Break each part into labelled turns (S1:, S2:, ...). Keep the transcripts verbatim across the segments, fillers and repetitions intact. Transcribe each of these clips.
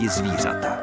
S1: rádi zvířata.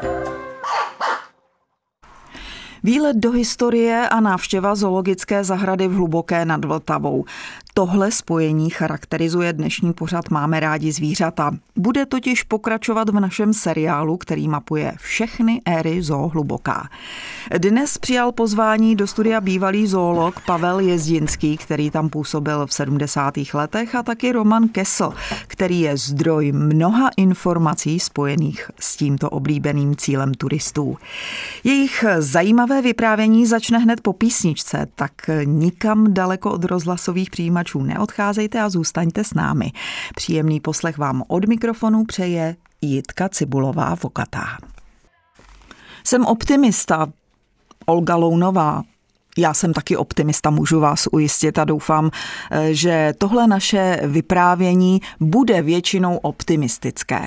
S2: Výlet do historie a návštěva zoologické zahrady v Hluboké nad Vltavou. Tohle spojení charakterizuje dnešní pořad Máme rádi zvířata. Bude totiž pokračovat v našem seriálu, který mapuje všechny éry Zoo Hluboká. Dnes přijal pozvání do studia bývalý zoolog Pavel Jezdinský, který tam působil v sedmdesátých letech, a taky Roman Kessl, který je zdroj mnoha informací spojených s tímto oblíbeným cílem turistů. Jejich zajímavé vyprávění začne hned po písničce, tak nikam daleko od rozhlasových přijímačů neodcházejte a zůstaňte s námi. Příjemný poslech vám od mikrofonu přeje Jitka Cibulová-Vokatá. Jsem optimista, Olga Lounová. Já jsem taky optimista, můžu vás ujistit a doufám, že tohle naše vyprávění bude většinou optimistické.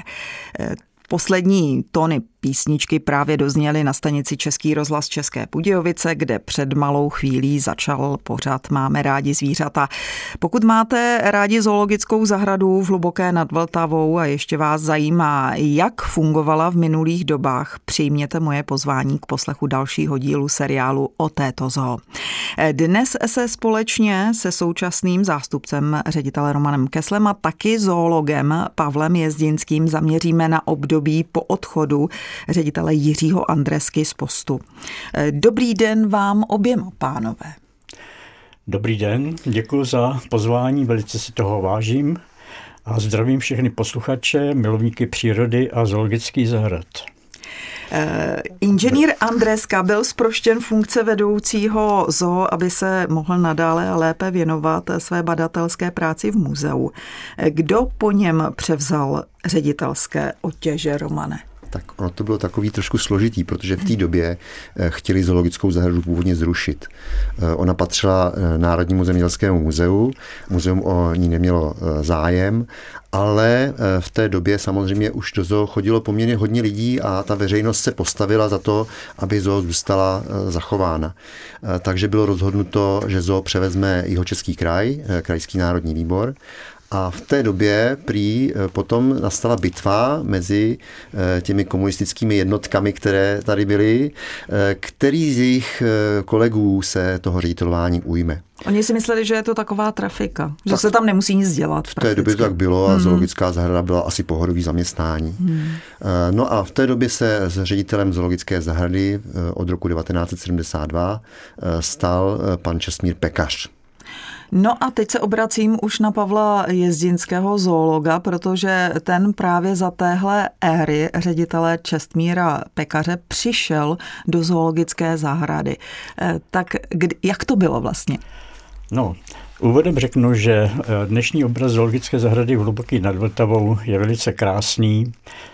S2: Poslední tóny písničky právě dozněly na stanici Český rozhlas České Budějovice, kde před malou chvílí začal pořad Máme rádi zvířata. Pokud máte rádi zoologickou zahradu v Hluboké nad Vltavou a ještě vás zajímá, jak fungovala v minulých dobách, přijměte moje pozvání k poslechu dalšího dílu seriálu o této zoo. Dnes se společně se současným zástupcem ředitele Romanem Kesslem a taky zoologem Pavlem Jezdinským zaměříme na období po odchodu ředitele Jiřího Andresky z postu. Dobrý den vám oběma, pánové.
S3: Dobrý den, děkuji za pozvání, velice si toho vážím a zdravím všechny posluchače, milovníky přírody a zoologických zahrad.
S2: Uh, inženýr Andreska byl zproštěn funkce vedoucího zoo, aby se mohl nadále a lépe věnovat své badatelské práci v muzeu. Kdo po něm převzal ředitelské otěže, Romane?
S4: Tak ono to bylo takový trošku složitý, protože v té době chtěli zoologickou zahradu původně zrušit. Ona patřila Národnímu zemědělskému muzeu, muzeum o ní nemělo zájem, ale v té době samozřejmě už do zoo chodilo poměrně hodně lidí a ta veřejnost se postavila za to, aby zoo zůstala zachována. Takže bylo rozhodnuto, že zoo převezme Jihočeský kraj, krajský národní výbor. A v té době prý potom nastala bitva mezi těmi komunistickými jednotkami, které tady byly, který z jejich kolegů se toho ředitelování ujme.
S2: Oni si mysleli, že je to taková trafika, že tak se tam nemusí nic dělat.
S4: V té prakticky. době to tak bylo a hmm. zoologická zahrada byla asi pohodový zaměstnání. Hmm. No a v té době se s ředitelem zoologické zahrady od roku devatenáct set sedmdesát dva stal pan Čestmír Pekař.
S2: No a teď se obracím už na Pavla Jezdinského, zoologa, protože ten právě za téhle éry ředitele Čestmíra Pekaře přišel do zoologické zahrady. Tak kdy, jak to bylo vlastně?
S3: No, úvodem řeknu, že dnešní obraz zoologické zahrady v Hluboké nad Vltavou je velice krásný.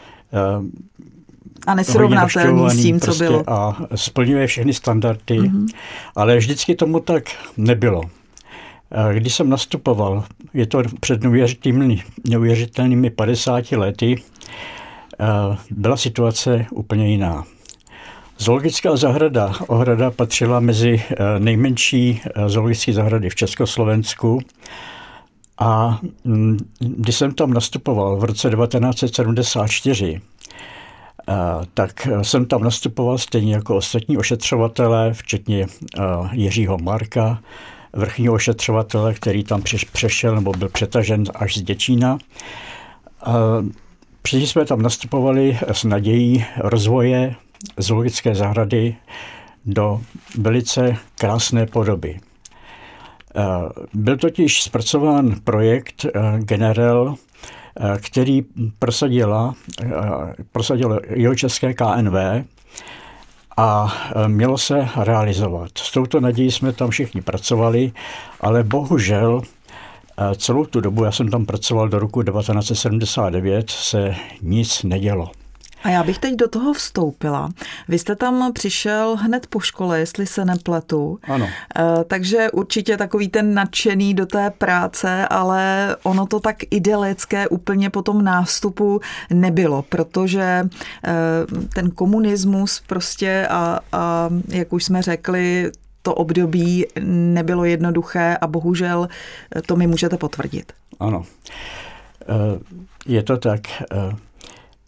S2: A nesrovnatelný s tím,
S3: prostě,
S2: co bylo.
S3: A splňuje všechny standardy, mm-hmm. ale vždycky tomu tak nebylo. Když jsem nastupoval, je to před neuvěřitelnými, neuvěřitelnými padesáti lety, byla situace úplně jiná. Zoologická zahrada, ohrada patřila mezi nejmenší zoologické zahrady v Československu a když jsem tam nastupoval v roce devatenáct set sedmdesát čtyři, tak jsem tam nastupoval stejně jako ostatní ošetřovatelé, včetně Jiřího Marka, vrchního ošetřovatele, který tam přešel nebo byl přetažen až z Děčína. Všichni jsme tam nastupovali s nadějí rozvoje zoologické zahrady do velice krásné podoby. Byl totiž zpracován projekt Generel, který prosadila, prosadilo Jihočeské K N V a mělo se realizovat. S touto nadějí jsme tam všichni pracovali, ale bohužel celou tu dobu, já jsem tam pracoval do roku devatenáct set sedmdesát devět, se nic nedělo.
S2: A já bych teď do toho vstoupila. Vy jste tam přišel hned po škole, jestli se nepletu.
S3: Ano.
S2: E, takže určitě takový ten nadšený do té práce, ale ono to tak idylické úplně po tom nástupu nebylo, protože e, ten komunismus prostě a, a jak už jsme řekli, to období nebylo jednoduché a bohužel to mi můžete potvrdit.
S3: Ano. E, je to tak. E,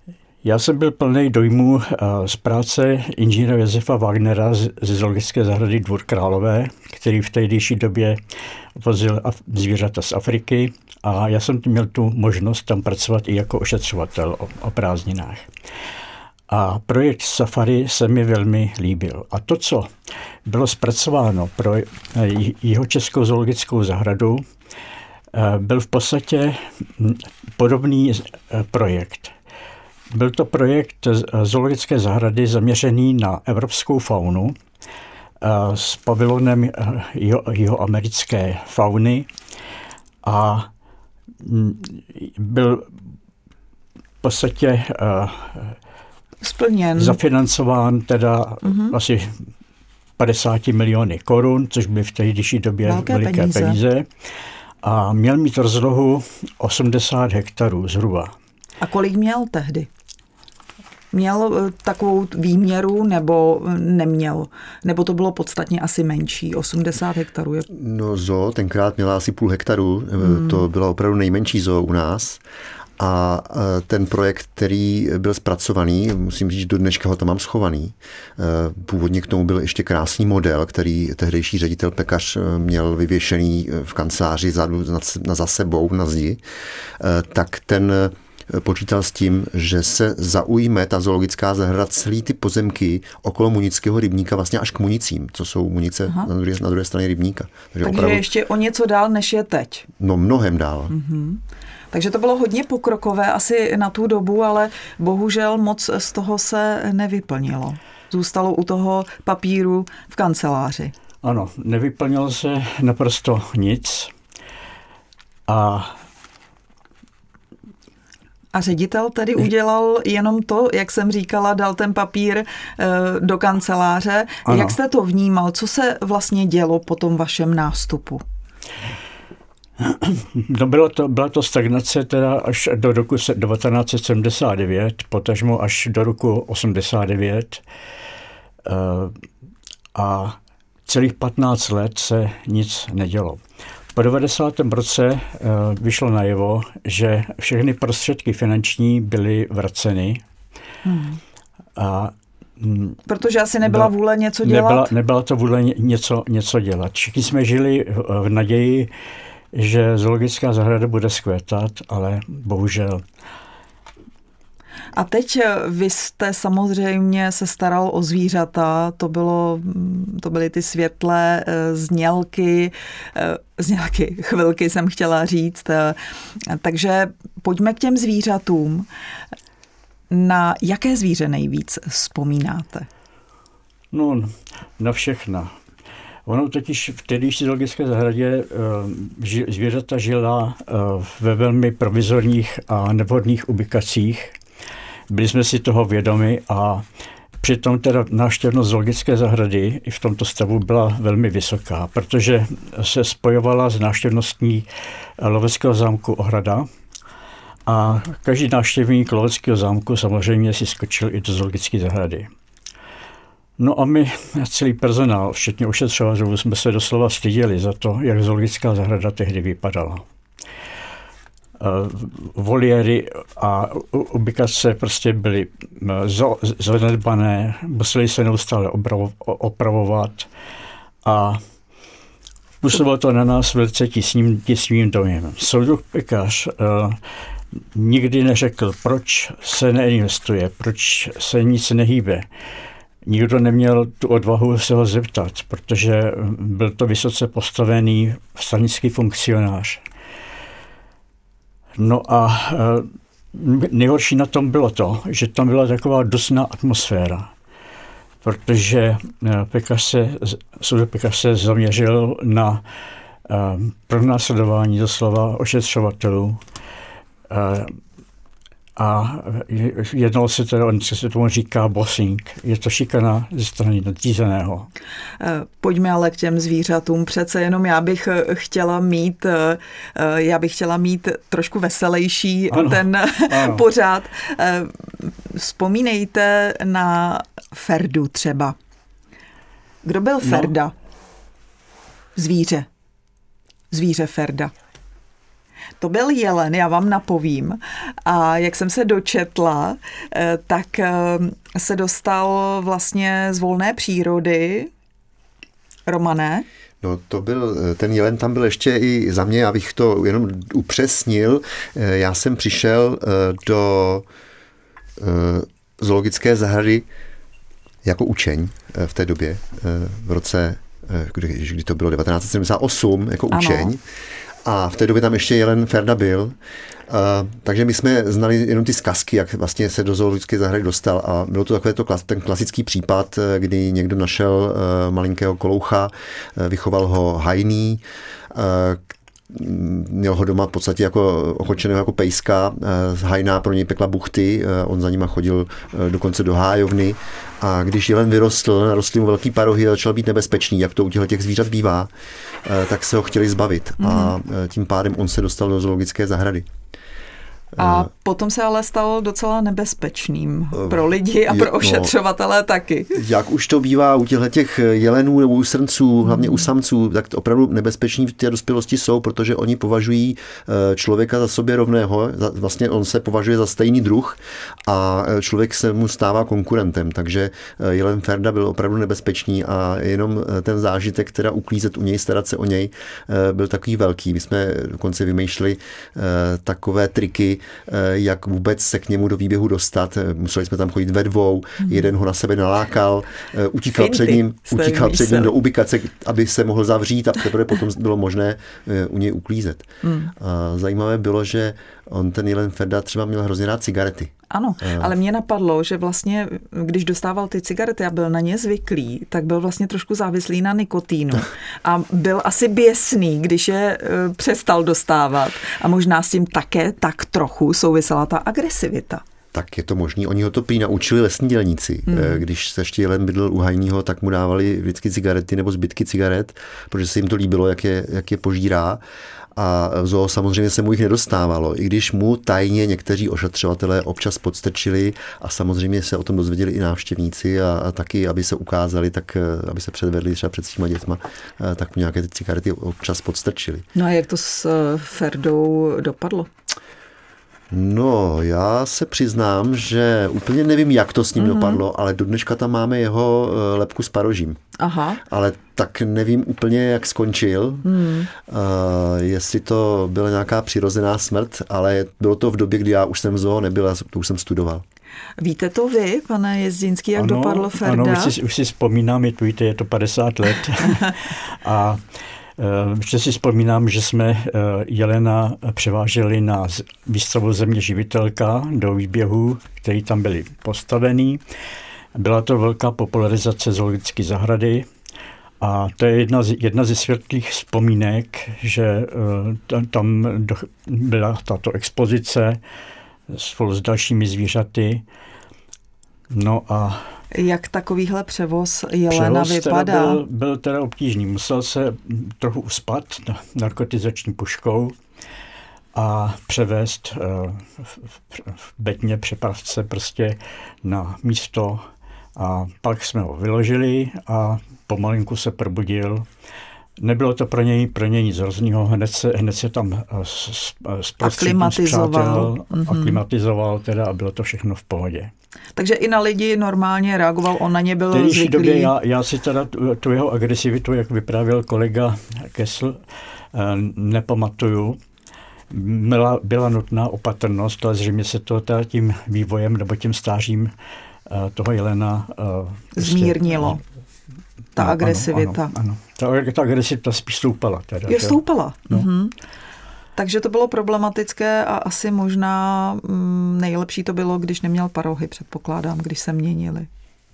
S3: Já jsem byl plný dojmů z práce inženýra Josefa Wagnera ze zoologické zahrady Dvůr Králové, který v tehdejší době vozil zvířata z Afriky a já jsem měl tu možnost tam pracovat i jako ošetřovatel o, o prázdninách. A projekt Safari se mi velmi líbil. A to, co bylo zpracováno pro Jihočeskou zoologickou zahradu, byl v podstatě podobný projekt. Byl to projekt zoologické zahrady zaměřený na evropskou faunu s pavilonem jihoamerické fauny a byl v podstatě
S2: splněn.
S3: Zafinancován teda uh-huh. asi padesát miliony korun, což byly v tehdejší době velké, veliké peníze. peníze. A měl mít rozlohu osmdesát hektarů zhruba.
S2: A kolik měl tehdy? Měl takovou výměru nebo neměl? Nebo to bylo podstatně asi menší? osmdesát hektarů je...
S4: No zoo tenkrát měla asi půl hektaru. Hmm. To byla opravdu nejmenší zoo u nás. A ten projekt, který byl zpracovaný, musím říct, do dneška ho tam mám schovaný. Původně k tomu byl ještě krásný model, který tehdejší ředitel Pekař měl vyvěšený v kanceláři zadu za sebou na zdi. Tak ten počítal s tím, že se zaujme ta zoologická zahrada celý ty pozemky okolo Munického rybníka vlastně až k Municím, co jsou Munice na druhé, na druhé straně rybníka.
S2: Takže, Takže opravdu, ještě o něco dál, než je teď.
S4: No mnohem dál.
S2: Mm-hmm. Takže to bylo hodně pokrokové asi na tu dobu, ale bohužel moc z toho se nevyplnilo. Zůstalo u toho papíru v kanceláři.
S3: Ano, nevyplnilo se naprosto nic. A
S2: A ředitel tedy udělal jenom to, jak jsem říkala, dal ten papír do kanceláře. Ano. Jak jste to vnímal? Co se vlastně dělo po tom vašem nástupu?
S3: No bylo to, byla to stagnace teda až do roku devatenáct set sedmdesát devět, potažmo až do roku osmdesát devět. A celých patnáct let se nic nedělo. Po devadesátém roce vyšlo najevo, že všechny prostředky finanční byly vraceny. Hmm. A
S2: protože asi nebyla byla, vůle něco dělat?
S3: Nebyla, nebyla to vůle něco, něco dělat. Všichni jsme žili v naději, že zoologická zahrada bude zkvétat, ale bohužel.
S2: A teď vy jste samozřejmě se staral o zvířata, to, bylo, to byly ty světlé znělky, znělky, chvilky jsem chtěla říct. Takže pojďme k těm zvířatům. Na jaké zvíře nejvíc vzpomínáte?
S3: No, na všechna. Ono totiž v tehdejší zoologické zahradě zvířata žila ve velmi provizorních a nevhodných ubikacích. Byli jsme si toho vědomi a přitom teda návštěvnost zoologické zahrady i v tomto stavu byla velmi vysoká, protože se spojovala s návštěvností Loveckého zámku Ohrada a každý návštěvník Loveckého zámku samozřejmě si skočil i do zoologické zahrady. No a my, celý personál, včetně ošetřovatelů, jsme se doslova styděli za to, jak zoologická zahrada tehdy vypadala. Voliéry a ubikace prostě byly zanedbané, museli se neustále opravovat a působilo to na nás velice tísným, tísným dojem. Soudruh Pekař uh, nikdy neřekl, proč se neinvestuje, proč se nic nehýbe. Nikdo neměl tu odvahu se ho zeptat, protože byl to vysoce postavený stranický funkcionář. No a nejhorší na tom bylo to, že tam byla taková dusná atmosféra, protože Pekař se, soudruh Pekař se zaměřil na pronásledování doslova ošetřovatelů a jednalo se teda, on se tomu říká bossing. Je to šikana ze strany nadřízeného.
S2: Pojďme ale k těm zvířatům. Přece jenom já bych chtěla mít, já bych chtěla mít trošku veselější ano, ten ano. pořád. Vzpomínejte na Ferdu třeba. Kdo byl Ferda? No. Zvíře. Zvíře Ferda. To byl jelen, já vám napovím. A jak jsem se dočetla, tak se dostal vlastně z volné přírody. Romane?
S4: No to byl, ten jelen tam byl ještě i za mě, abych to jenom upřesnil. Já jsem přišel do zoologické zahrady jako učeň v té době, v roce, kdy, kdy to bylo devatenáct set sedmdesát osm, jako učeň. Ano. A v té době tam ještě jelen Ferda byl. Uh, takže my jsme znali jenom ty zkazky, jak vlastně se do zoologické zahrady dostal. A bylo to takové to, ten klasický případ, kdy někdo našel uh, malinkého koloucha, uh, vychoval ho hajný, uh, měl ho doma v podstatě jako ochočeného jako pejska, hajná pro něj pekla buchty, on za nima chodil dokonce do hájovny a když jelen vyrostl, narostly mu velký parohy a začal být nebezpečný, jak to u těch zvířat bývá, tak se ho chtěli zbavit mm. a tím pádem on se dostal do zoologické zahrady.
S2: A potom se ale stal docela nebezpečným pro lidi a pro ošetřovatele no, taky.
S4: Jak už to bývá u těchto jelenů nebo u srnců, hlavně u samců, tak opravdu nebezpeční v té dospělosti jsou, protože oni považují člověka za sobě rovného, vlastně on se považuje za stejný druh a člověk se mu stává konkurentem, takže jelen Ferda byl opravdu nebezpečný a jenom ten zážitek, teda uklízet u něj, starat se o něj, byl takový velký. My jsme dokonce vymýšleli takové triky, jak vůbec se k němu do výběhu dostat. Museli jsme tam chodit ve dvou, hmm. jeden ho na sebe nalákal, utíkal Finty, před ním, utíkal před ním do ubikace, aby se mohl zavřít a teprve potom bylo možné u něj uklízet. Hmm. A zajímavé bylo, že on ten jelen Ferda třeba měl hrozně rád cigarety.
S2: Ano, ale mě napadlo, že vlastně, když dostával ty cigarety a byl na ně zvyklý, tak byl vlastně trošku závislý na nikotínu. A byl asi běsný, když je e, přestal dostávat. A možná s tím také tak trochu souvisela ta agresivita.
S4: Tak je to možný. Oni ho to prý naučili lesní dělníci. Hmm. Když se ještě jelen bydlel u hajnýho, tak mu dávali vždycky cigarety nebo zbytky cigaret, protože se jim to líbilo, jak je, jak je požírá. A v zoo samozřejmě se mu jich nedostávalo, i když mu tajně někteří ošetřovatelé občas podstrčili a samozřejmě se o tom dozvěděli i návštěvníci a, a taky, aby se ukázali, tak aby se předvedli třeba před svýma dětma, tak mu nějaké ty cigarety občas podstrčili.
S2: No a jak to s Ferdou dopadlo?
S4: No, já se přiznám, že úplně nevím, jak to s ním mm-hmm. dopadlo, ale do dneška tam máme jeho lebku s parožím. Aha. Ale tak nevím úplně, jak skončil, mm. uh, jestli to byla nějaká přirozená smrt, ale bylo to v době, kdy já už jsem v zoo nebyl, to už jsem studoval.
S2: Víte to vy, pane Jezdínský, jak ano, dopadlo Ferda?
S3: Ano, už si, už si vzpomínám, je to, víte, je to padesát let a ještě si vzpomínám, že jsme jelena převáželi na výstavu Země živitelka do výběhu, který tam byly postavený. Byla to velká popularizace zoologické zahrady a to je jedna z, jedna ze světlých vzpomínek, že tam byla tato expozice spolu s dalšími zvířaty. No a
S2: jak takovýhle převoz jelena vypadá?
S3: Teda byl, byl teda obtížný. Musel se trochu uspat narkotizační puškou a převést v, v bedně přepravce prostě na místo a pak jsme ho vyložili a pomalinku se probudil. Nebylo to pro něj, pro něj nic hroznýho, hned se, hned se tam
S2: aklimatizoval.
S3: Mm-hmm. Aklimatizoval teda a bylo to všechno v pohodě.
S2: Takže i na lidi normálně reagoval, on na ně byl
S3: Tedyž
S2: zvyklý.
S3: Době já, já si teda tu, tu jeho agresivitu, jak vyprávěl kolega Kessel, nepamatuju. Byla, byla nutná opatrnost, ale zřejmě se to teda tím vývojem nebo tím stářím toho jelena
S2: zmírnilo. No, ta
S3: no,
S2: agresivita.
S3: Ano, ano, ano. Ta, ta agresivita spíš stoupala. Teda,
S2: je stoupala. No. Mhm. Takže to bylo problematické a asi možná mm, nejlepší to bylo, když neměl parohy, předpokládám, když se měnili.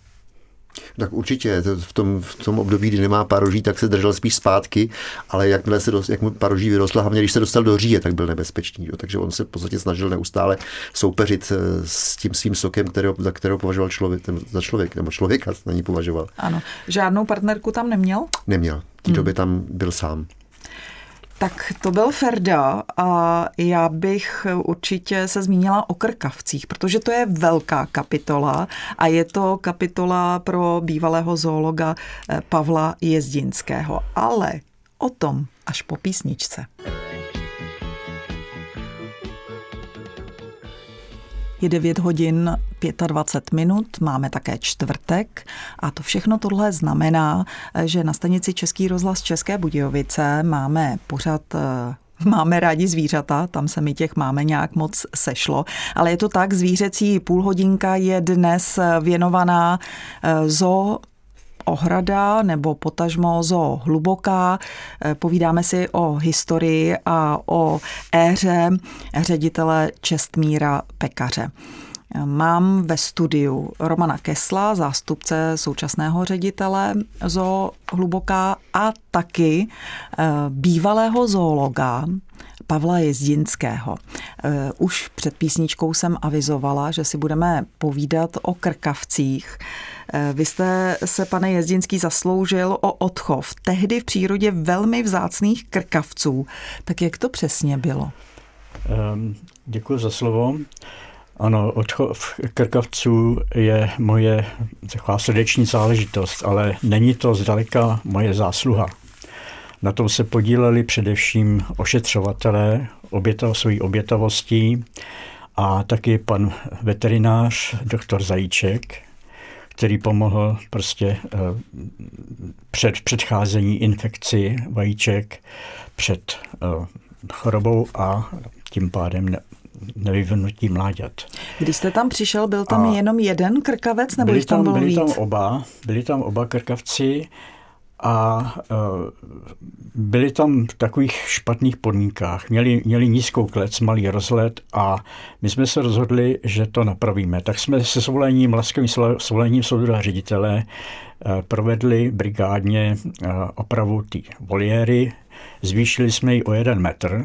S4: Tak určitě, v tom, v tom období, kdy nemá paroží, tak se držel spíš zpátky, ale jakmile se dost, jak mu paroží vyrostla, hlavně když se dostal do říje, tak byl nebezpečný. Jo. Takže on se v podstatě snažil neustále soupeřit s tím svým sokem, kterého, za kterého považoval člověk, za člověk, nebo člověka na ní považoval.
S2: Ano. Žádnou partnerku tam neměl?
S4: Neměl. V té hmm. době tam byl sám.
S2: Tak to byl Ferda a já bych určitě se zmínila o krkavcích, protože to je velká kapitola a je to kapitola pro bývalého zoologa Pavla Jezdinského. Ale o tom až po písničce. Je devět hodin dvacet pět minut, máme také čtvrtek a to všechno tohle znamená, že na stanici Český rozhlas České Budějovice máme pořad Máme rádi zvířata, tam se mi těch máme nějak moc sešlo, ale je to tak, zvířecí půlhodinka je dnes věnovaná zoo Ohrada nebo potažmo zoo Hluboká. Povídáme si o historii a o éře ředitele Čestmíra Pekaře. Mám ve studiu Romana Kesla, zástupce současného ředitele zoo Hluboká a taky bývalého zoologa Pavla Jezdinského. Už před písničkou jsem avizovala, že si budeme povídat o krkavcích. Vy jste se, pane Jezdinský, zasloužil o odchov tehdy v přírodě velmi vzácných krkavců. Tak jak to přesně bylo?
S3: Děkuji za slovo. Ano, odchov krkavců je moje taková srdeční záležitost, ale není to zdaleka moje zásluha. Na tom se podíleli především ošetřovatelé obětav, svojí obětavostí a taky pan veterinář, doktor Zajíček, který pomohl prostě před předcházení infekci vajíček, před chorobou a tím pádem ne, nevyvinutí mláďat.
S2: Když jste tam přišel, byl tam a jenom jeden krkavec, nebo jich tam bylo
S3: byli
S2: víc?
S3: Tam oba, byli tam oba krkavci a uh, byli tam v takových špatných podmínkách. Měli, měli nízkou klec, malý rozhled a my jsme se rozhodli, že to napravíme. Tak jsme se svolením, laskavým svolením soudruha ředitele uh, provedli brigádně uh, opravu té voliéry, zvýšili jsme ji o jeden metr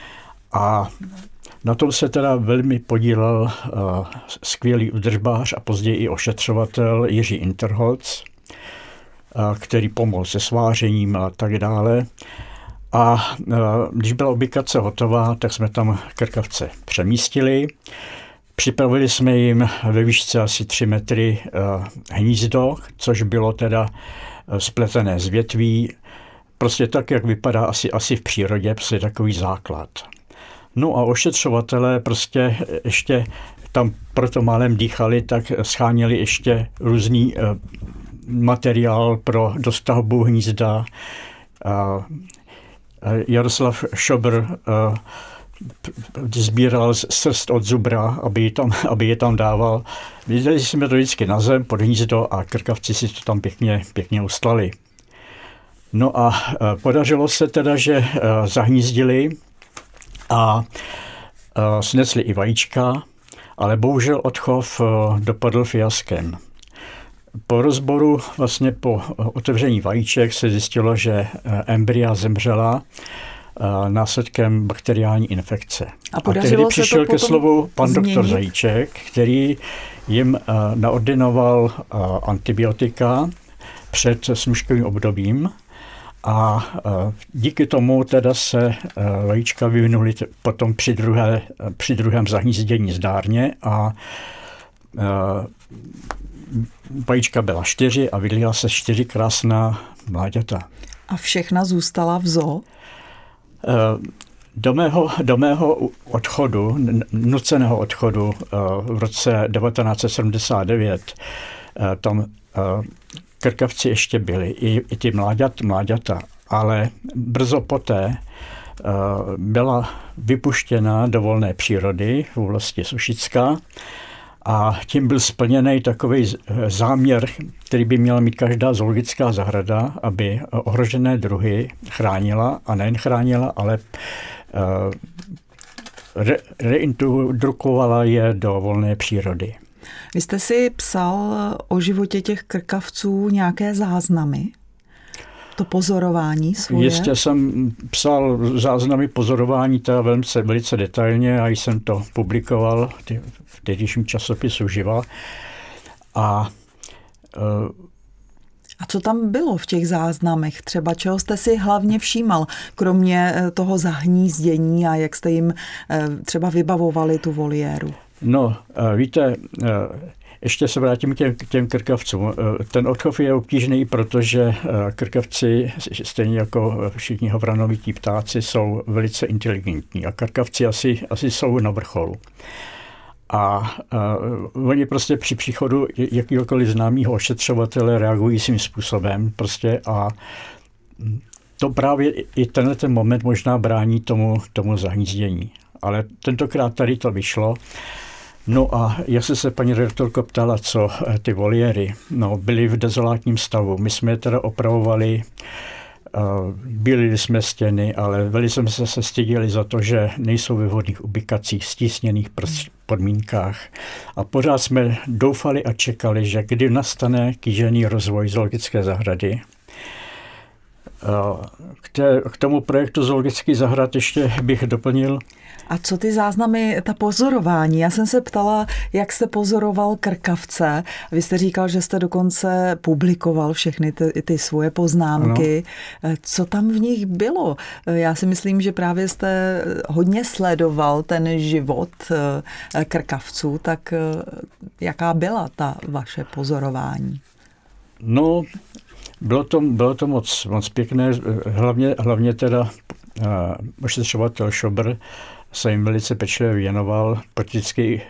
S3: a na tom se teda velmi podílel uh, skvělý údržbář a později i ošetřovatel Jiří Interholz, uh, který pomohl se svářením a tak dále. A uh, když byla ubikace hotová, tak jsme tam krkavce přemístili. Připravili jsme jim ve výšce asi tři metry uh, hnízdo, což bylo teda uh, spletené z větví. Prostě tak, jak vypadá asi, asi v přírodě, prostě takový základ. No a ošetřovatelé prostě ještě tam proto málem dýchali, tak scháněli ještě různý uh, materiál pro dostavbu hnízda. Uh, Jaroslav Šobr uh, sbíral srst od zubra, aby ji tam, aby je tam dával. Viděli jsme to vždycky na zem pod hnízdo a krkavci si to tam pěkně, pěkně ustlali. No a uh, podařilo se teda, že uh, zahnízdili a uh, snesli i vajíčka, ale bohužel odchov uh, dopadl fiaskem. Po rozboru, vlastně po otevření vajíček se zjistilo, že embrya zemřela uh, následkem bakteriální infekce.
S2: A,
S3: a tehdy přišel ke slovu pan
S2: změnit?
S3: doktor Zajíček, který jim uh, naordinoval uh, antibiotika před smužkovým obdobím. A uh, díky tomu teda se uh, vajíčka vyvinuly t- potom při, druhé, uh, při druhém zahnízdění zdárně a uh, vajíčka byla čtyři a vylila se čtyři krásná mláďata.
S2: A všechna zůstala v zoo? Uh,
S3: do, mého, do mého odchodu, nuceného odchodu uh, v roce devatenáct set sedmdesát devět, uh, tam uh, krkavci ještě byli, i, i ty mláďat, mláďata, ale brzo poté uh, byla vypuštěna do volné přírody v oblasti Sušicka a tím byl splněný takový záměr, který by měla mít každá zoologická zahrada, aby ohrožené druhy chránila a nejen chránila, ale uh, re, reintrodukovala je do volné přírody.
S2: Vy jste si psal o životě těch krkavců nějaké záznamy? To pozorování svoje?
S3: Jistě jsem psal záznamy pozorování teda velice, velice detailně a jsem to publikoval v tehdejším časopisu Živa. A, uh,
S2: a co tam bylo v těch záznamech? Třeba čeho jste si hlavně všímal, kromě toho zahnízdění a jak jste jim třeba vybavovali tu voliéru?
S3: No, víte, ještě se vrátím k těm, k těm krkavcům. Ten odchov je obtížný, protože krkavci, stejně jako všichni havranovití ptáci, jsou velice inteligentní a krkavci asi, asi jsou na vrcholu. A, a oni prostě při příchodu jakýkoliv známého ošetřovatele reagují svým způsobem prostě a to právě i tenhle ten moment možná brání tomu, tomu zahnízdění. Ale tentokrát tady to vyšlo. No a jak se se paní redaktorko ptala, co ty voliéry, no byly v dezolátním stavu. My jsme je teda opravovali, bílili jsme stěny, ale velice jsme se, se styděli za to, že nejsou ve vhodných ubikacích, stísněných podmínkách. A pořád jsme doufali a čekali, že kdy nastane kýžený rozvoj zoologické zahrady. K, té, k tomu projektu zoologických zahrad ještě bych doplnil.
S2: A co ty záznamy, ta pozorování? Já jsem se ptala, jak jste pozoroval krkavce. Vy jste říkal, že jste dokonce publikoval všechny ty, ty svoje poznámky. Ano. Co tam v nich bylo? Já si myslím, že právě jste hodně sledoval ten život krkavců, tak jaká byla ta vaše pozorování?
S3: No, bylo to, bylo to moc, moc pěkné, hlavně, hlavně teda uh, ošetřovatel Šobr se jim velice pečlivě věnoval. Prakticky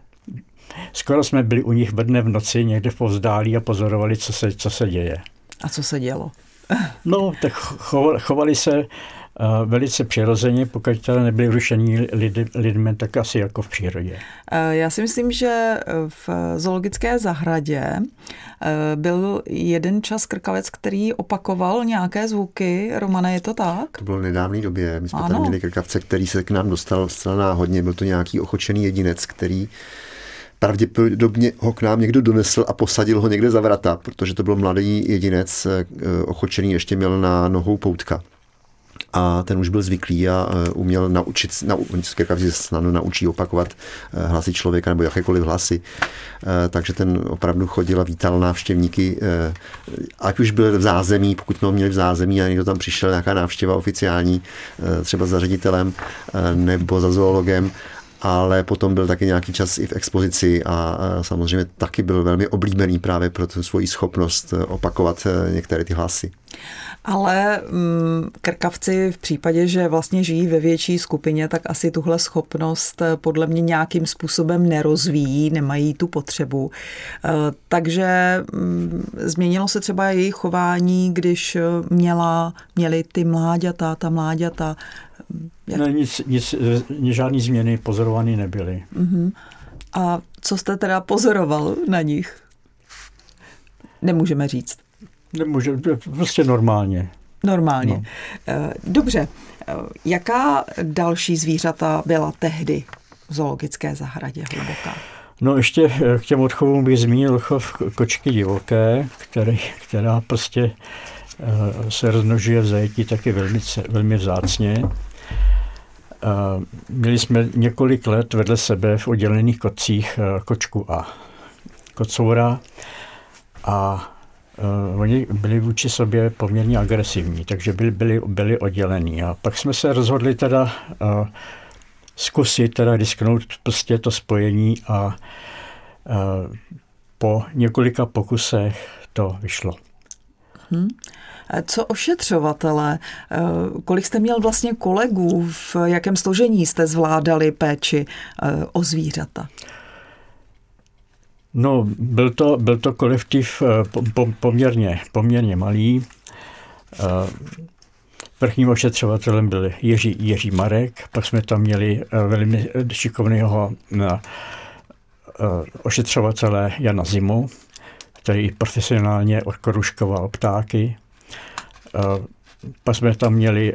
S3: skoro jsme byli u nich ve dne v noci někde povzdálí a pozorovali, co se, co se děje.
S2: A co se dělo?
S3: No, tak chovali, chovali se velice přirozeně, pokud teda nebyli rušení lidi, lidmi, tak asi jako v přírodě.
S2: Já si myslím, že v zoologické zahradě byl jeden čas krkavec, který opakoval nějaké zvuky. Romane, je to tak?
S4: To bylo v nedávné době. My jsme
S2: ano.
S4: tam měli krkavce, který se k nám dostal zcela náhodně. Byl to nějaký ochočený jedinec, který pravděpodobně ho k nám někdo donesl a posadil ho někde za vrata, protože to byl mladý jedinec, ochočený, ještě měl na nohou poutka. A ten už byl zvyklý a uměl naučit, krkavci se snadno naučí opakovat hlasy člověka nebo jakékoliv hlasy. Takže ten opravdu chodil a vítal návštěvníky, ať už byl v zázemí, pokud jsme ho měli v zázemí a někdo tam přišel, nějaká návštěva oficiální, třeba za ředitelem nebo za zoologem, ale potom byl taky nějaký čas i v expozici a samozřejmě taky byl velmi oblíbený právě pro tu svoji schopnost opakovat některé ty hlasy.
S2: Ale mm, krkavci v případě, že vlastně žijí ve větší skupině, tak asi tuhle schopnost podle mě nějakým způsobem nerozvíjí, nemají tu potřebu. E, takže mm, změnilo se třeba jejich chování, když měla, měli ty mláďata, ta mláďata.
S3: Jak... Ne, nic, nic, žádný změny pozorované nebyly.
S2: Uh-huh. A co jste teda pozoroval na nich? Nemůžeme říct.
S3: Nemůže, prostě normálně.
S2: Normálně.
S3: No.
S2: Dobře. Jaká další zvířata byla tehdy v zoologické zahradě Hluboká?
S3: No ještě k těm odchovům bych zmínil chov kočky divoké, který, která prostě se rozmnožuje v zajetí taky velmi, velmi vzácně. Měli jsme několik let vedle sebe v oddělených kotcích kočku a kocoura a Uh, oni byli vůči sobě poměrně agresivní, takže byli, byli, byli oddělení. A pak jsme se rozhodli teda uh, zkusit teda disknout prostě to spojení a uh, po několika pokusech to vyšlo.
S2: Hmm. Co ošetřovatele? Kolik jste měl vlastně kolegů? V jakém složení jste zvládali péči o zvířata?
S3: No, byl to, byl to kolektiv poměrně, poměrně malý. Vrchním ošetřovatelem byl Jiří, Jiří Marek, pak jsme tam měli velmi šikovného ošetřovatele Jana Zimu, který profesionálně odkoruškoval ptáky. Pak jsme tam měli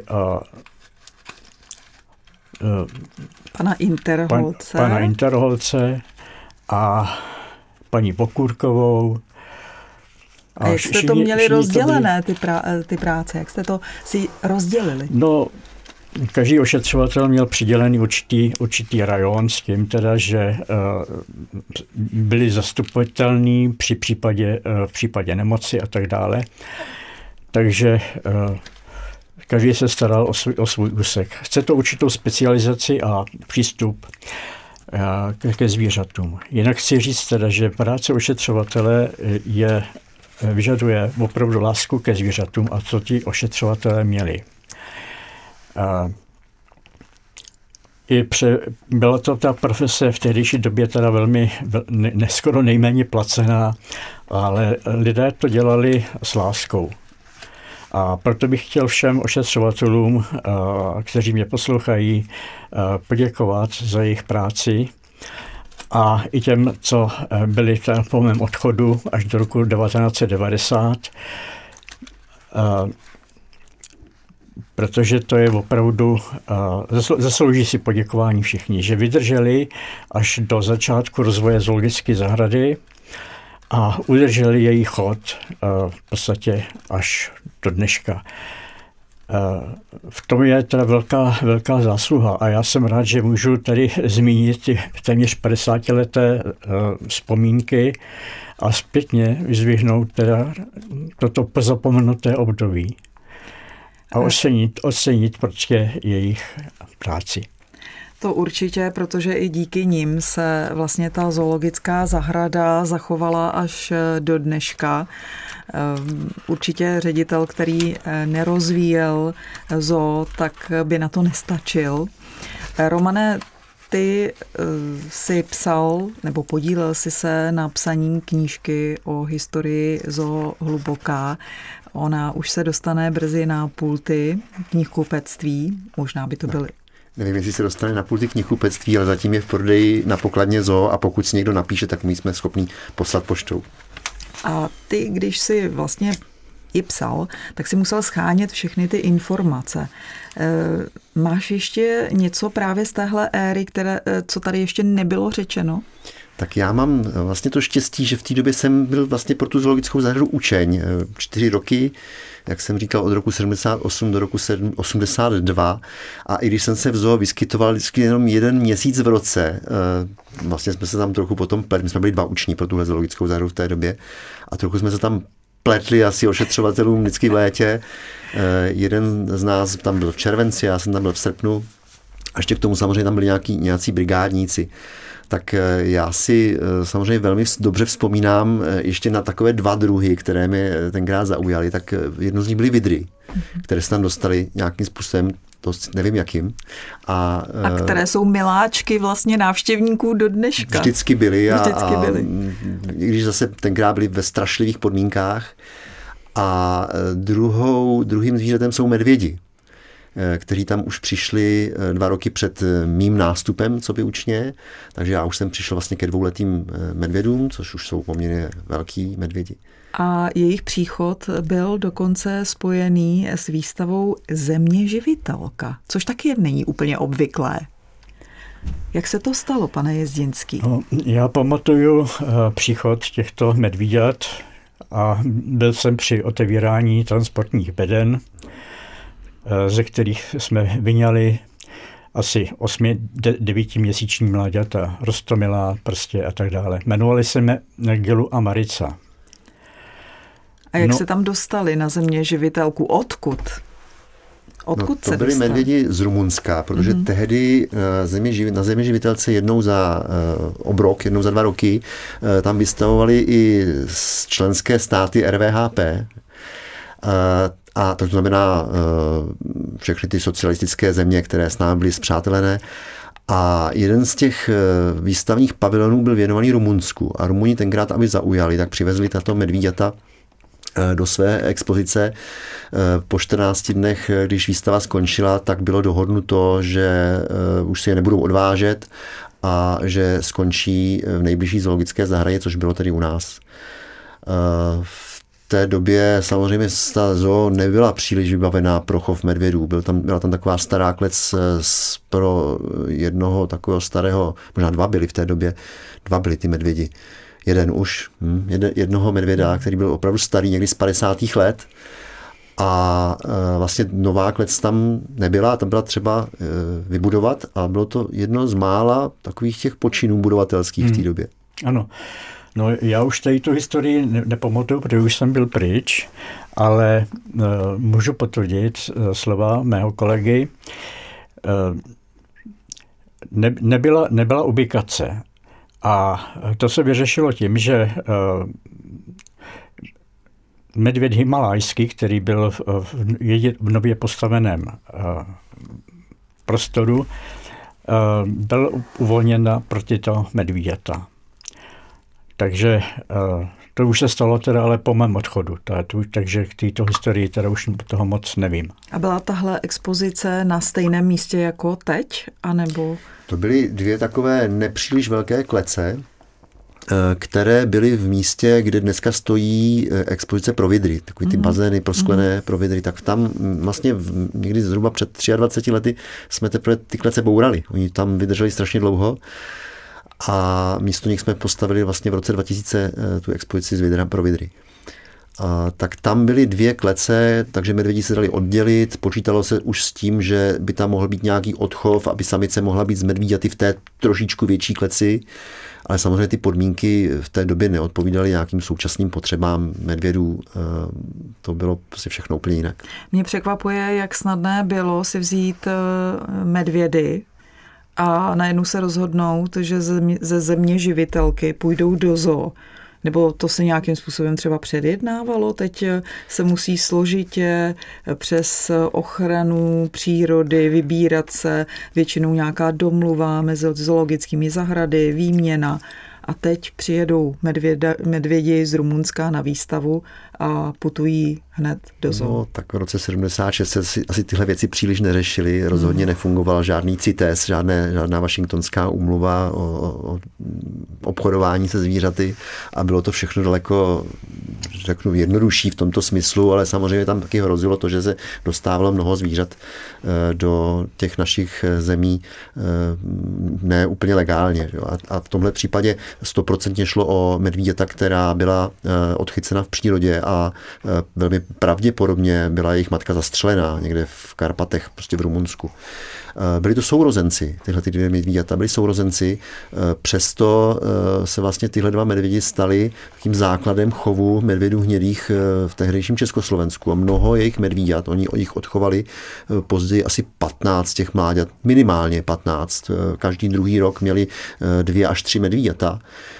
S2: pana Interholce.
S3: Pan, pana Interholce a paní Pokurkovou.
S2: A, a jak jste to měli rozdělené, ty, prá, ty práce? Jak jste to si rozdělili?
S3: No, každý ošetřovatel měl přidělený určitý, určitý rajon s tím teda, že uh, byli zastupovatelní při případě, uh, v případě nemoci a tak dále. Takže uh, každý se staral o svůj, o svůj úsek. Chce to určitou specializaci a přístup ke zvířatům. Jinak chci říct teda, že práce ošetřovatele je, vyžaduje opravdu lásku ke zvířatům a co ti ošetřovatelé měli. i pře, byla to ta profese v tehdejší době teda velmi, ne, ne, skoro nejméně placená, ale lidé to dělali s láskou. A proto bych chtěl všem ošetřovatelům, kteří mě poslouchají, poděkovat za jejich práci a i těm, co byli po mém odchodu až do roku devatenáct set devadesát, protože to je opravdu, zaslouží si poděkování všichni, že vydrželi až do začátku rozvoje zoologické zahrady a udrželi její chod v podstatě až do dneška. V tom je teda velká, velká zásluha a já jsem rád, že můžu tady zmínit ty téměř padesátileté vzpomínky a zpětně vyzvihnout teda toto pozapomenuté období a ocenit, ocenit prostě jejich práci.
S2: To určitě, protože i díky nim se vlastně ta zoologická zahrada zachovala až do dneška. Určitě ředitel, který nerozvíjel zoo, tak by na to nestačil. Romane, ty si psal nebo podílel si se na psaní knížky o historii Zoo Hluboká. Ona už se dostane brzy na pulty knihkupectví, možná by to byly.
S4: Nevím, jestli se dostane na pulty knihkupectví, ale zatím je v prodeji na pokladně Zoo a pokud si někdo napíše, tak my jsme schopni poslat poštou.
S2: A ty, když si vlastně i psal, tak si musel schánět všechny ty informace. E, máš ještě něco právě z téhle éry, které, co tady ještě nebylo řečeno?
S4: Tak já mám vlastně to štěstí, že v té době jsem byl vlastně pro tu zoologickou zahradu učeň. Čtyři roky, jak jsem říkal, od roku sedmdesát osm do roku osmdesát dva. A i když jsem se v zoo vyskytoval vždycky jenom jeden měsíc v roce, vlastně jsme se tam trochu potom pletli, my jsme byli dva uční pro tuhle zoologickou zahradu v té době a trochu jsme se tam pletli asi ošetřovatelům vždycky v létě. Jeden z nás tam byl v červenci, já jsem tam byl v srpnu. A ještě k tomu samozřejmě tam byli nějaký, nějací brigádníci. Tak já si samozřejmě velmi dobře vzpomínám ještě na takové dva druhy, které mě tenkrát zaujaly. Tak jedno z nich byly vidry, které se tam dostali nějakým způsobem, to nevím jakým. A,
S2: a které jsou miláčky vlastně návštěvníků do dneška.
S4: Vždycky byly. A,
S2: vždycky byly.
S4: A když zase tenkrát byly ve strašlivých podmínkách. A druhou, druhým zvířetem jsou medvědi, kteří tam už přišli dva roky před mým nástupem, co by učně. Takže já už jsem přišel vlastně ke dvouletým medvědům, což už jsou poměrně velký medvědi.
S2: A jejich příchod byl dokonce spojený s výstavou Země živitelka, což taky není úplně obvyklé. Jak se to stalo, pane Jezdinský?
S3: No, já pamatuju uh, příchod těchto medvíďat a byl jsem při otevírání transportních beden, ze kterých jsme vyňali asi osmi, devítiměsíční mláďata, roztomilá prostě a tak dále. Jmenovali se mě Gilu a Marica.
S2: A jak
S3: no,
S2: se tam dostali na Země živitelku? Odkud? Odkud
S4: no, to
S2: se
S4: byli
S2: dostali? Medvědi
S4: z Rumunska, protože mm-hmm. tehdy země, na Země živitelce jednou za uh, obrok, jednou za dva roky uh, tam vystavovali i členské státy R V H P. Uh, A to znamená všechny ty socialistické země, které s námi byly spřátelené. A jeden z těch výstavních pavilonů byl věnovaný Rumunsku. A Rumuni tenkrát, aby zaujali, tak přivezli tato medvíďata do své expozice. Po čtrnácti dnech, když výstava skončila, tak bylo dohodnuto, že už si je nebudou odvážet a že skončí v nejbližší zoologické zahradě, což bylo tedy u nás. V té době samozřejmě ta zoo nebyla příliš vybavená pro chov medvědů. Byl tam, byla tam taková stará klec pro jednoho takového starého, možná dva byli v té době, dva byli ty medvědi. Jeden už, hm, jednoho medvěda, který byl opravdu starý, někdy z padesátých let. A e, vlastně nová klec tam nebyla, tam byla třeba e, vybudovat a bylo to jedno z mála takových těch počinů budovatelských hmm. v té době.
S3: Ano. No, já už tady tu historii ne- nepamatuju, protože už jsem byl pryč, ale uh, můžu potvrdit uh, slova mého kolegy. Uh, ne- nebyla, nebyla ubikace. A to se vyřešilo tím, že uh, medvěd himalajský, který byl v, v, v nově postaveném uh, prostoru, byl uvolněn pro tyto medvíděta. Takže to už se stalo teda ale po mém odchodu, takže k této historii teda už toho moc nevím.
S2: A byla tahle expozice na stejném místě jako teď, anebo?
S4: To byly dvě takové nepříliš velké klece, které byly v místě, kde dneska stojí expozice pro vidry, takový ty bazény prosklené pro vidry, tak tam vlastně někdy zhruba před dvaceti třemi lety jsme teprve ty klece bourali. Oni tam vydrželi strašně dlouho a místo nich jsme postavili vlastně v roce dva tisíce tu expozici z vidra pro vidry. A tak tam byly dvě klece, takže medvědi se dali oddělit, počítalo se už s tím, že by tam mohl být nějaký odchov, aby samice mohla být z medvíďaty v té trošičku větší kleci, ale samozřejmě ty podmínky v té době neodpovídaly nějakým současným potřebám medvědů, to bylo prostě všechno úplně jinak.
S2: Mě překvapuje, jak snadné bylo si vzít medvědy a najednou se rozhodnout, že ze země živitelky půjdou do zoo. Nebo to se nějakým způsobem třeba předjednávalo? Teď se musí složitě přes ochranu přírody vybírat se většinou nějaká domluva mezi zoologickými zahrady, výměna. A teď přijedou medvěda, medvědi z Rumunska na výstavu a putují hned do zoo.
S4: No, tak v roce sedmdesát šest se asi, asi tyhle věci příliš neřešily. Rozhodně mm. nefungoval žádný CITES, žádné, žádná Washingtonská úmluva o, o obchodování se zvířaty a bylo to všechno daleko, řeknu, jednodušší v tomto smyslu, ale samozřejmě tam taky hrozilo to, že se dostávalo mnoho zvířat do těch našich zemí ne úplně legálně. A, a v tomhle případě stoprocentně šlo o medvíděta, která byla odchycena v přírodě a velmi pravděpodobně byla jejich matka zastřelená někde v Karpatech, prostě v Rumunsku. Byli to sourozenci, tyhle ty dvě medvíďata byli sourozenci, přesto se vlastně tyhle dva medvědi staly takým základem chovu medvědů hnědých v tehdejším Československu a mnoho jejich medvíďat, oni jich odchovali později asi patnáct těch mláďat, minimálně patnáct, každý druhý rok měli dvě až tři medvíďata.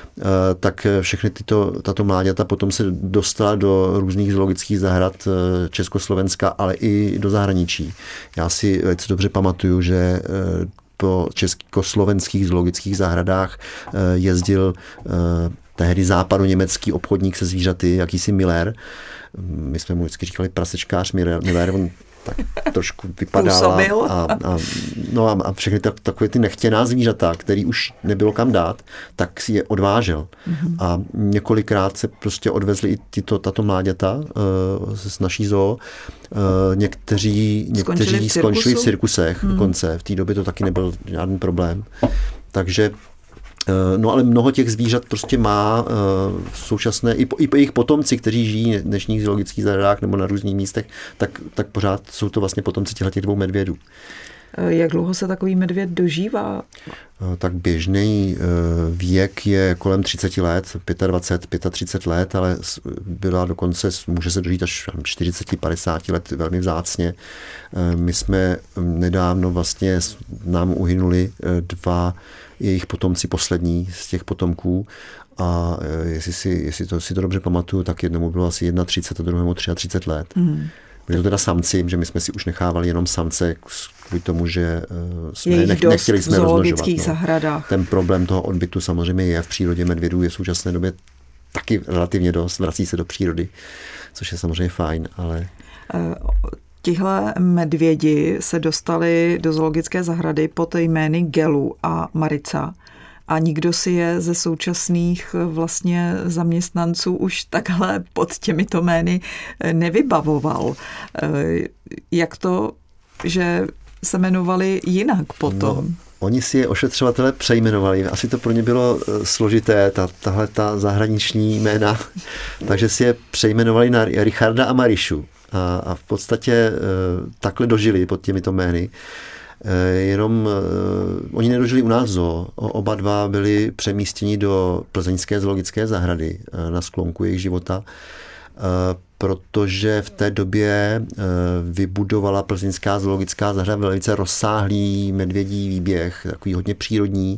S4: Tak všechny tyto, tato mláďata potom se dostala do různých zoologických zahrad Československa, ale i do zahraničí. Já si velice dobře pamatuju, že po československých zoologických zahradách jezdil tehdy západoněmecký obchodník se zvířaty, jakýsi Miller. My jsme mu vždycky říkali prasečkář Miller, on tak trošku vypadala a, a, no a, a všechny tak, takové ty nechtěná zvířata, který už nebylo kam dát, tak si je odvážel. Mm-hmm. A několikrát se prostě odvezli i tyto, tato mláďata uh, z naší zoo. Uh, někteří někteří skončili v, skončili v cirkusech mm. dokonce. V té době to taky nebyl žádný problém. Takže no ale mnoho těch zvířat prostě má v současné, i po, i po jejich potomci, kteří žijí v dnešních zoologických zahradách nebo na různých místech, tak, tak pořád jsou to vlastně potomci těchto dvou medvědů.
S2: Jak dlouho se takový medvěd dožívá?
S4: Tak běžný věk je kolem třicet let, dvacet pět, třicet pět let, ale byla dokonce, může se dožít až čtyřicet padesát let velmi vzácně. My jsme nedávno vlastně, nám uhynuli dva jejich potomci poslední z těch potomků a jestli si, jestli to, si to dobře pamatuju, tak jednomu bylo asi třicet jedna a druhému třicet tři let. Mm. Byli to teda samci, že my jsme si už nechávali jenom samce kvůli tomu, že jsme nech, nechtěli jsme rozmnožovat. No.
S2: Zahradách.
S4: Ten problém toho odbytu samozřejmě je v přírodě medvědů, je v současné době taky relativně dost, vrací se do přírody, což je samozřejmě fajn, ale...
S2: Tihle medvědi se dostali do zoologické zahrady pod jmény Gelu a Marica a nikdo si je ze současných vlastně zaměstnanců už takhle pod těmito jmény nevybavoval. Jak to, že se jmenovali jinak potom? No.
S4: Oni si je ošetřovatelé přejmenovali. Asi to pro ně bylo složité, ta, tahle ta zahraniční jména. Takže si je přejmenovali na Richarda a Marišu. A, a v podstatě e, takhle dožili pod těmito jmény. E, jenom e, oni nedožili u nás zoo. O, oba dva byli přemístěni do plzeňské zoologické zahrady e, na sklonku jejich života, e, protože v té době e, vybudovala plzeňská zoologická zahrada velice rozsáhlý medvědí výběh, takový hodně přírodní,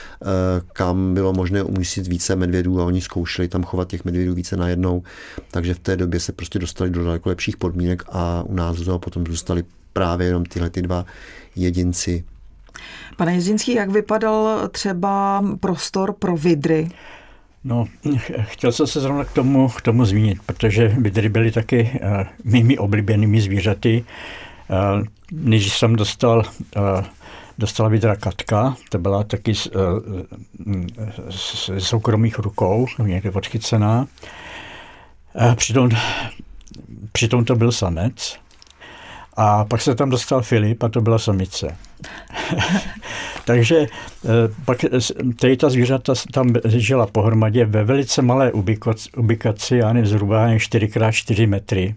S4: kam bylo možné umístit více medvědů a oni zkoušeli tam chovat těch medvědů více najednou, takže v té době se prostě dostali do daleko lepších podmínek a u nás potom zůstali právě jenom tyhle ty dva jedinci.
S2: Pane Jezdinský, jak vypadal třeba prostor pro vidry?
S3: No, chtěl jsem se zrovna k tomu, k tomu zmínit, protože vidry byly taky uh, mými oblíbenými zvířaty. Uh, než jsem dostal, uh, dostala vidra Katka, to byla taky z, uh, z, z soukromých rukou, někde odchycená. Uh, přitom, přitom to byl samec. A pak se tam dostal Filip a to byla samice. Takže pak tady ta zvířata tam žila pohromadě ve velice malé ubikaci, já nevím, zhruba čtyři krát čtyři metry.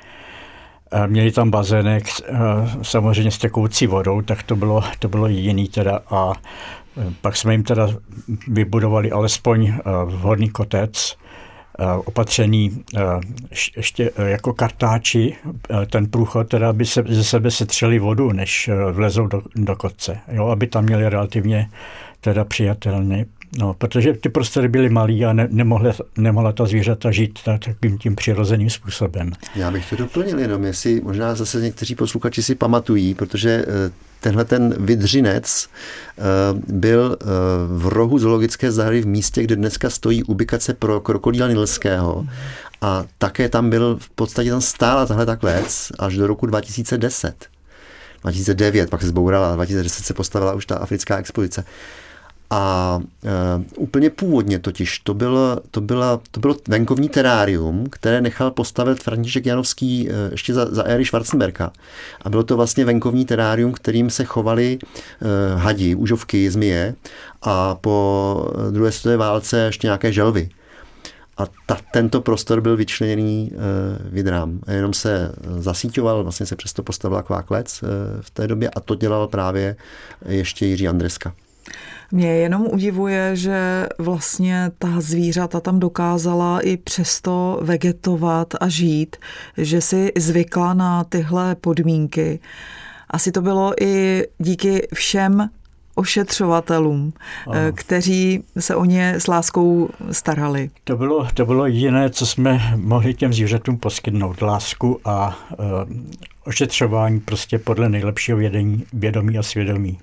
S3: Měli tam bazének samozřejmě s tekoucí vodou, tak to bylo, to bylo jediný teda. A pak jsme jim teda vybudovali alespoň vhodný kotec, opatřený ještě jako kartáči, ten průchod, teda aby se ze sebe setřeli vodu, než vlezou do, do kotce, jo, aby tam měli relativně teda přijatelně. No, protože ty prostory byly malý a ne, nemohla, nemohla ta zvířata žít takovým tím přirozeným způsobem.
S4: Já bych to doplnil jenom, jestli možná zase někteří posluchači si pamatují, protože tenhle ten vidřinec byl v rohu zoologické zahrady v místě, kde dneska stojí ubikace pro krokodýla nilského. A také tam byl, v podstatě tam stála tahle ta klec až do roku dva tisíce deset. dva tisíce devět, pak se zbourala, dva tisíce deset se postavila už ta africká expozice. A e, úplně původně totiž to bylo, to, byla, to bylo venkovní terárium, které nechal postavit František Janovský e, ještě za, za éry Schwarzenberga. A bylo to vlastně venkovní terárium, kterým se chovaly e, hadi, užovky, zmije a po druhé světové válce ještě nějaké želvy. A ta, tento prostor byl vyčleněný e, vidrám. A jenom se zasíťoval, vlastně se přesto postavila taková klec e, v té době a to dělal právě ještě Jiří Andreska.
S2: Mě jenom udivuje, že vlastně ta zvířata tam dokázala i přesto vegetovat a žít, že si zvykla na tyhle podmínky. Asi to bylo i díky všem ošetřovatelům, ano, kteří se o ně s láskou starali.
S3: To bylo, to bylo jediné, co jsme mohli těm zvířatům poskytnout. Lásku a uh, ošetřování prostě podle nejlepšího vědění, vědomí a svědomí.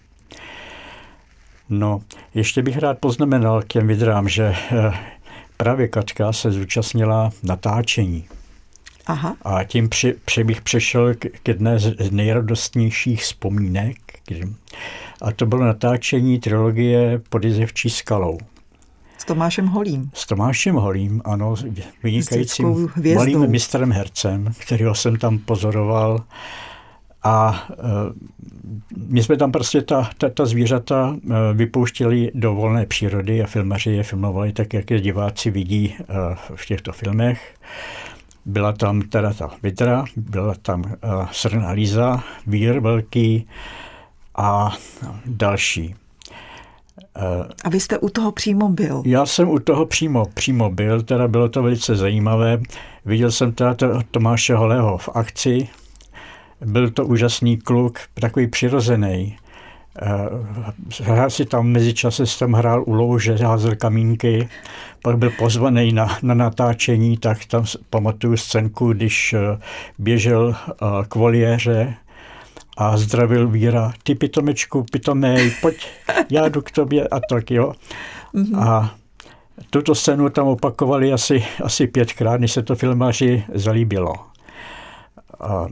S3: No, ještě bych rád poznamenal k těm vidrám, že právě Katka se zúčastnila natáčení.
S2: Aha. A
S3: tím při, při bych přešel k, k jedné z nejradostnějších vzpomínek. A to bylo natáčení trilogie Pod jezevčí skalou.
S2: S Tomášem Holým.
S3: S Tomášem Holým, ano, vynikajícím malým mistrem hercem, kterého jsem tam pozoroval. A uh, my jsme tam prostě ta, ta, ta zvířata uh, vypouštěli do volné přírody a filmaři je filmovali tak, jak je diváci vidí uh, v těchto filmech. Byla tam teda ta vidra, byla tam uh, srna Líza, vír velký a další.
S2: Uh, a vy jste u toho přímo byl?
S3: Já jsem u toho přímo, přímo byl, teda bylo to velice zajímavé. Viděl jsem teda Tomáše Holého v akci. Byl to úžasný kluk, takový přirozený. Hrál si tam mezičase, tam hrál u louže, házel kamínky, pak byl pozvaný na, na natáčení, tak tam pamatuju scénku, když běžel k voliéře a zdravil víra, ty pitomečku, pitomej, pojď, já jdu k tobě a tak, jo. Mm-hmm. A tuto scénu tam opakovali asi, asi pětkrát, než se to filmaři zalíbilo. A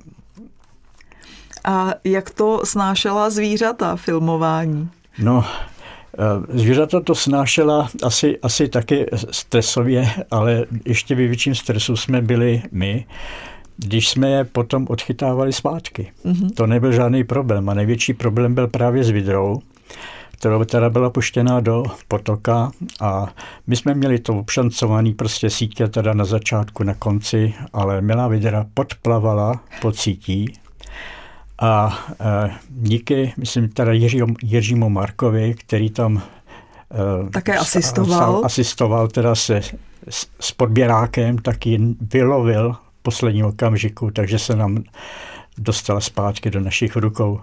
S2: A jak to snášela zvířata filmování?
S3: No, zvířata to snášela asi, asi taky stresově, ale ještě ve větším stresu jsme byli my, když jsme je potom odchytávali zpátky. Mm-hmm. To nebyl žádný problém a největší problém byl právě s vidrou, kterou teda byla puštěná do potoka a my jsme měli to obšancovaný prostě sítě teda na začátku, na konci, ale milá vidra podplavala pod sítí. A e, díky, myslím, teda Jiřímu, Jiřímu Markovi, který tam e,
S2: také asistoval,
S3: asistoval teda se s, s podběrákem, tak ji vylovil v posledním okamžiku, takže se nám dostala zpátky do našich rukou.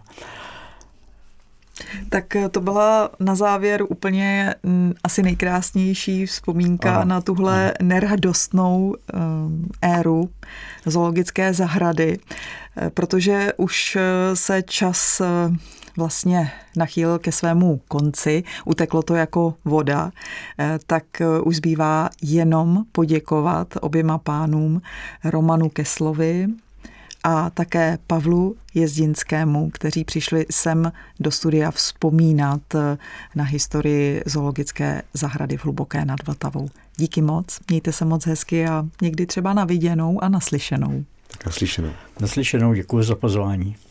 S2: Tak to byla na závěr úplně asi nejkrásnější vzpomínka ano. na tuhle neradostnou éru zoologické zahrady, protože už se čas vlastně nachýlil ke svému konci, uteklo to jako voda, tak už zbývá jenom poděkovat oběma pánům, Romanu Keslovi a také Pavlu Jezdinskému, kteří přišli sem do studia vzpomínat na historii zoologické zahrady v Hluboké nad Vltavou. Díky moc, mějte se moc hezky a někdy třeba na viděnou a naslyšenou.
S4: Tak naslyšenou.
S3: Naslyšenou, děkuji za pozvání.